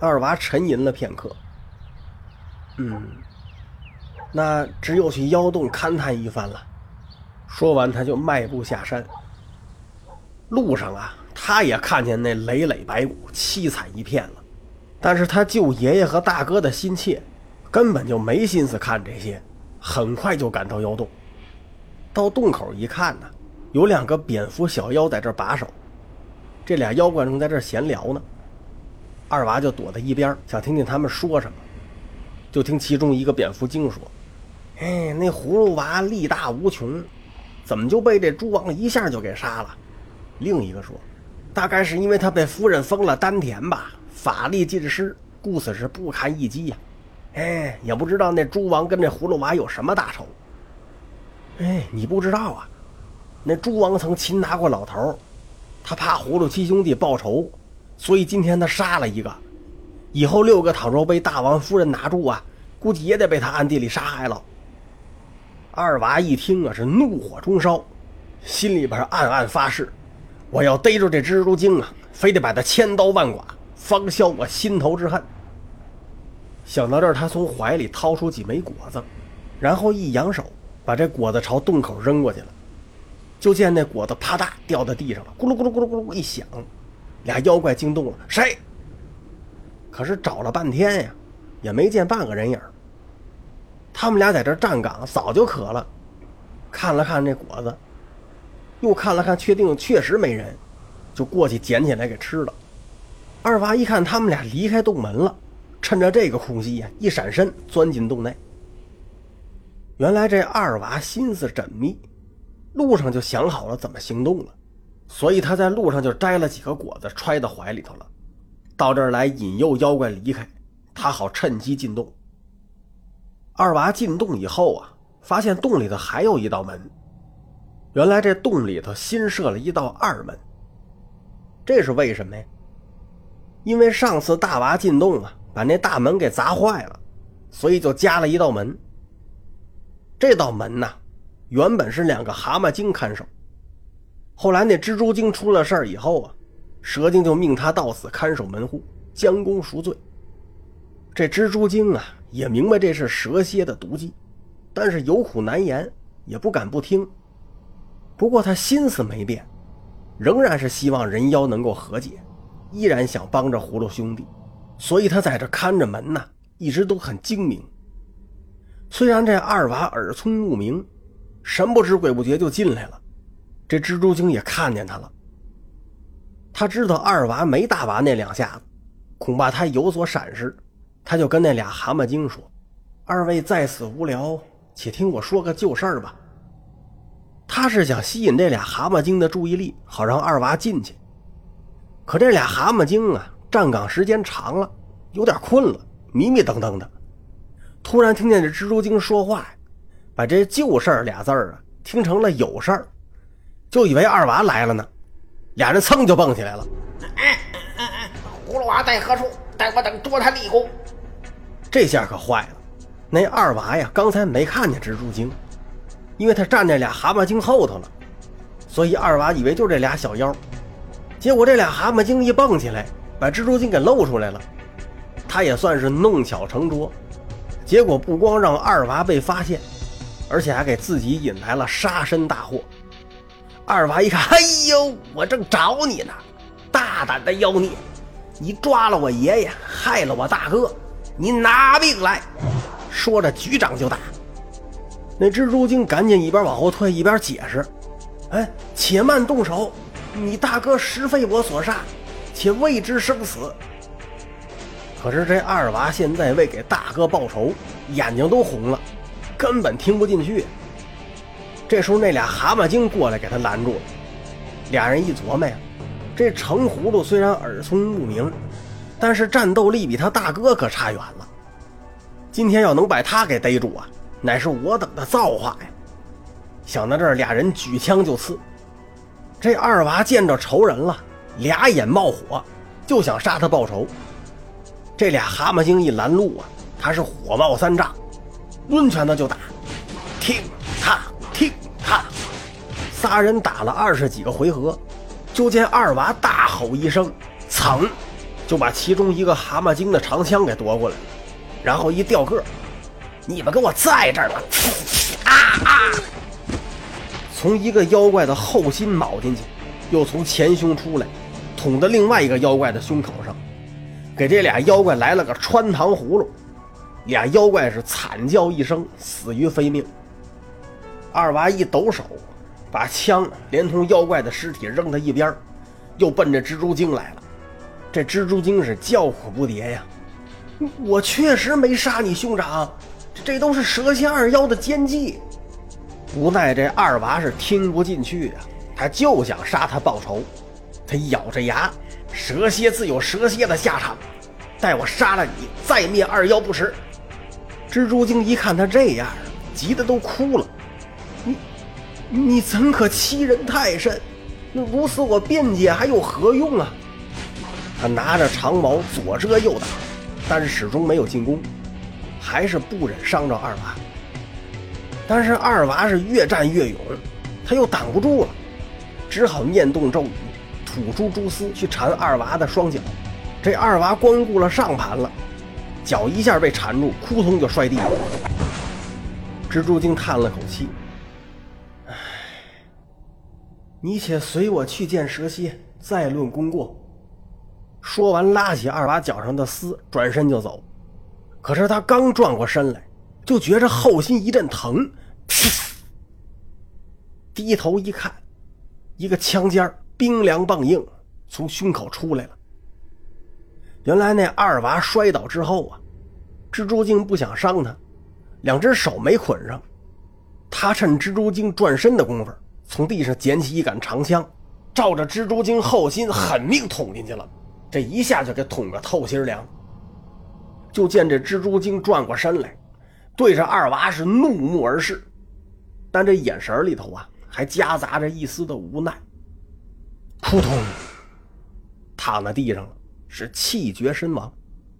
二娃沉吟了片刻，那只有去妖洞勘探一番了。说完他就迈步下山。路上啊，他也看见那累累白骨凄惨一片了，但是他救爷爷和大哥的心切，根本就没心思看这些，很快就赶到妖洞。到洞口一看呢，有2个蝙蝠小妖在这把守，这俩妖怪正在这闲聊呢。二娃就躲在一边，想听听他们说什么。就听其中一个蝙蝠精说：“那葫芦娃力大无穷，怎么就被这猪王一下就给杀了？”另一个说：“大概是因为他被夫人封了丹田吧，法力尽失，故此是不堪一击呀。也不知道那猪王跟这葫芦娃有什么大仇。你不知道啊？那猪王曾擒拿过老头，他怕葫芦七兄弟报仇，所以今天他杀了一个。以后6个倘若被大王夫人拿住啊，估计也得被他暗地里杀害了。”二娃一听啊，是怒火中烧，心里边暗暗发誓，我要逮住这蜘蛛精啊，非得把他千刀万剐，方消我心头之恨。想到这儿，他从怀里掏出几枚果子，然后一扬手，把这果子朝洞口扔过去了。就见那果子啪嗒掉在地上了，咕噜咕噜咕噜咕噜一响，俩妖怪惊动了，谁？可是找了半天呀，也没见半个人影。他们俩在这站岗，早就渴了，看了看这果子，又看了看，确定确实没人，就过去捡起来给吃了。二娃一看他们俩离开洞门了，趁着这个空隙呀，一闪身钻进洞内。原来这二娃心思缜密，路上就想好了怎么行动了，所以他在路上就摘了几个果子揣到怀里头了，到这儿来引诱妖怪离开，他好趁机进洞。二娃进洞以后啊，发现洞里头还有一道门，原来这洞里头新设了一道二门。这是为什么呀？因为上次大娃进洞啊，把那大门给砸坏了，所以就加了一道门。这道门呢，原本是2个蛤蟆精看守，后来那蜘蛛精出了事儿以后啊，蛇精就命他到此看守门户，将功赎罪。这蜘蛛精啊，也明白这是蛇蝎的毒计，但是有苦难言，也不敢不听。不过他心思没变，仍然是希望人妖能够和解，依然想帮着葫芦兄弟，所以他在这看着门呢，一直都很精明。虽然这二娃耳聪目明，神不知鬼不觉就进来了，这蜘蛛精也看见他了。他知道二娃没大娃那2下子，恐怕他有所闪失，他就跟那俩蛤蟆精说：“二位在此无聊，且听我说个旧事儿吧。”他是想吸引这俩蛤蟆精的注意力，好让二娃进去。可这俩蛤蟆精啊，站岗时间长了，有点困了，迷迷瞪瞪的。突然听见这蜘蛛精说话，把这旧事儿俩字儿啊听成了有事儿，就以为二娃来了呢。俩人蹭就蹦起来了。 葫芦娃在何处？待我等捉他立功。 这下可坏了，那二娃呀刚才没看见蜘蛛精，因为他站在俩蛤蟆精后头了，所以二娃以为就这俩小妖。结果这俩蛤蟆精一蹦起来，把蜘蛛精给露出来了。他也算是弄巧成拙，结果不光让二娃被发现，而且还给自己引来了杀身大祸。二娃一看，哎呦，我正找你呢，大胆的妖孽，你抓了我爷爷，害了我大哥，你拿命来！说着举掌就打。那蜘蛛精赶紧一边往后退一边解释：“且慢动手，你大哥实非我所杀，且未知生死。”可是这二娃现在为给大哥报仇，眼睛都红了，根本听不进去。这时候那俩蛤蟆精过来给他拦住了。俩人一琢磨呀，这程葫芦虽然耳聪目明，但是战斗力比他大哥可差远了。今天要能把他给逮住啊，乃是我等的造化呀。想到这儿，俩人举枪就刺。这二娃见着仇人了，俩眼冒火，就想杀他报仇。这俩蛤蟆精一拦路啊，他是火冒三丈，抡拳头就打，听他听他，仨人打了20几个回合，就见二娃大吼一声，噌， 就把其中一个蛤蟆精的长枪给夺过来了，然后一掉个，你们给我在这儿吧！从一个妖怪的后心卯进去，又从前胸出来，捅到另外一个妖怪的胸口上，给这俩妖怪来了个穿糖葫芦。俩妖怪是惨叫一声，死于非命。二娃一抖手，把枪连同妖怪的尸体扔到一边，又奔着蜘蛛精来了。这蜘蛛精是叫苦不迭呀，我确实没杀你兄长，这都是蛇蝎二妖的奸计。无奈这二娃是听不进去啊，他就想杀他报仇。他咬着牙，蛇蝎自有蛇蝎的下场，待我杀了你，再灭二妖不迟。蜘蛛精一看他这样，急得都哭了。你怎可欺人太甚？如此我辩解还有何用啊？他拿着长矛左遮右挡，但是始终没有进攻，还是不忍伤着二娃。但是二娃是越战越勇，他又挡不住了，只好念动咒语，吐出蛛丝去缠二娃的双脚。这二娃光顾了上盘了，脚一下被缠住，扑通就摔地上。蜘蛛精叹了口气，唉，你且随我去见蛇蝎，再论功过。说完拉起二娃脚上的丝，转身就走。可是他刚转过身来，就觉着后心一阵疼，低头一看，一个枪尖冰凉棒硬从胸口出来了。原来那二娃摔倒之后啊，蜘蛛精不想伤他，两只手没捆上，他趁蜘蛛精转身的功夫，从地上捡起一杆长枪，照着蜘蛛精后心狠命捅进去了。这一下就给捅个透心凉。就见这蜘蛛精转过身来，对着二娃是怒目而视，但这眼神里头啊，还夹杂着一丝的无奈。扑通，躺在地上了，是气绝身亡。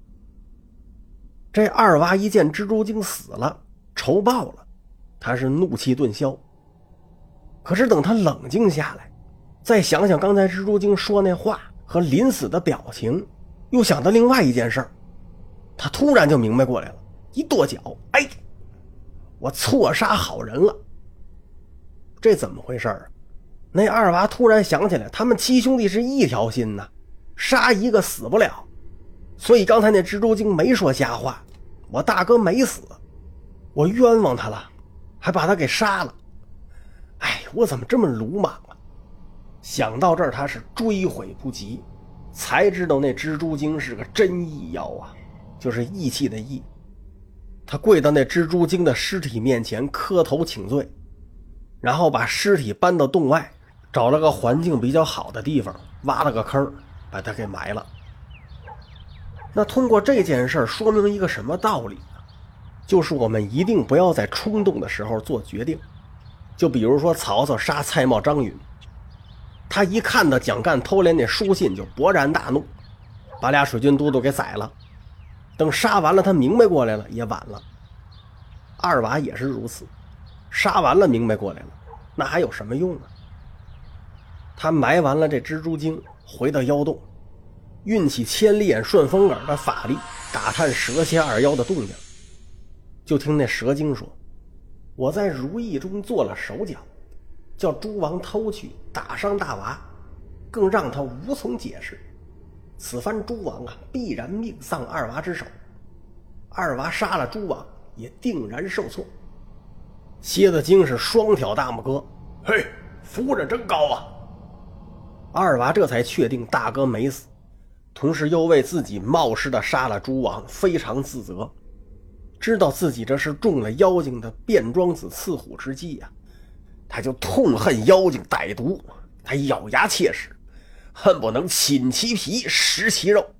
这二娃一见蜘蛛精死了，仇报了，他是怒气顿消。可是等他冷静下来，再想想刚才蜘蛛精说那话和临死的表情，又想到另外一件事儿，他突然就明白过来了，一跺脚，哎，我错杀好人了。这怎么回事啊？那二娃突然想起来，他们七兄弟是一条心呐，杀一个死不了，所以刚才那蜘蛛精没说瞎话，我大哥没死，我冤枉他了，还把他给杀了。哎，我怎么这么鲁莽啊？想到这儿，他是追悔不及，才知道那蜘蛛精是个真义妖啊，就是义气的义。他跪到那蜘蛛精的尸体面前磕头请罪，然后把尸体搬到洞外，找了个环境比较好的地方，挖了个坑，把它给埋了。那通过这件事说明一个什么道理呢？就是我们一定不要在冲动的时候做决定。就比如说曹操杀蔡瑁张允，他一看到蒋干偷来那书信就勃然大怒，把俩水军都督给宰了。等杀完了他明白过来了也晚了。二娃也是如此，杀完了明白过来了，那还有什么用呢？他埋完了这蜘蛛精，回到妖洞，运起千里眼顺风耳的法力打探蛇蝎二妖的动静。就听那蛇精说，我在如意中做了手脚，叫诸王偷去，打伤大娃，更让他无从解释。此番诸王啊，必然命丧二娃之手，二娃杀了诸王，也定然受挫。蝎子精是双挑大拇哥，嘿，夫人真高啊！二娃这才确定大哥没死，同时又为自己冒失的杀了诸王非常自责，知道自己这是中了妖精的卞庄子刺虎之计啊，他就痛恨妖精歹毒，他咬牙切齿，恨不能寝其皮食其肉。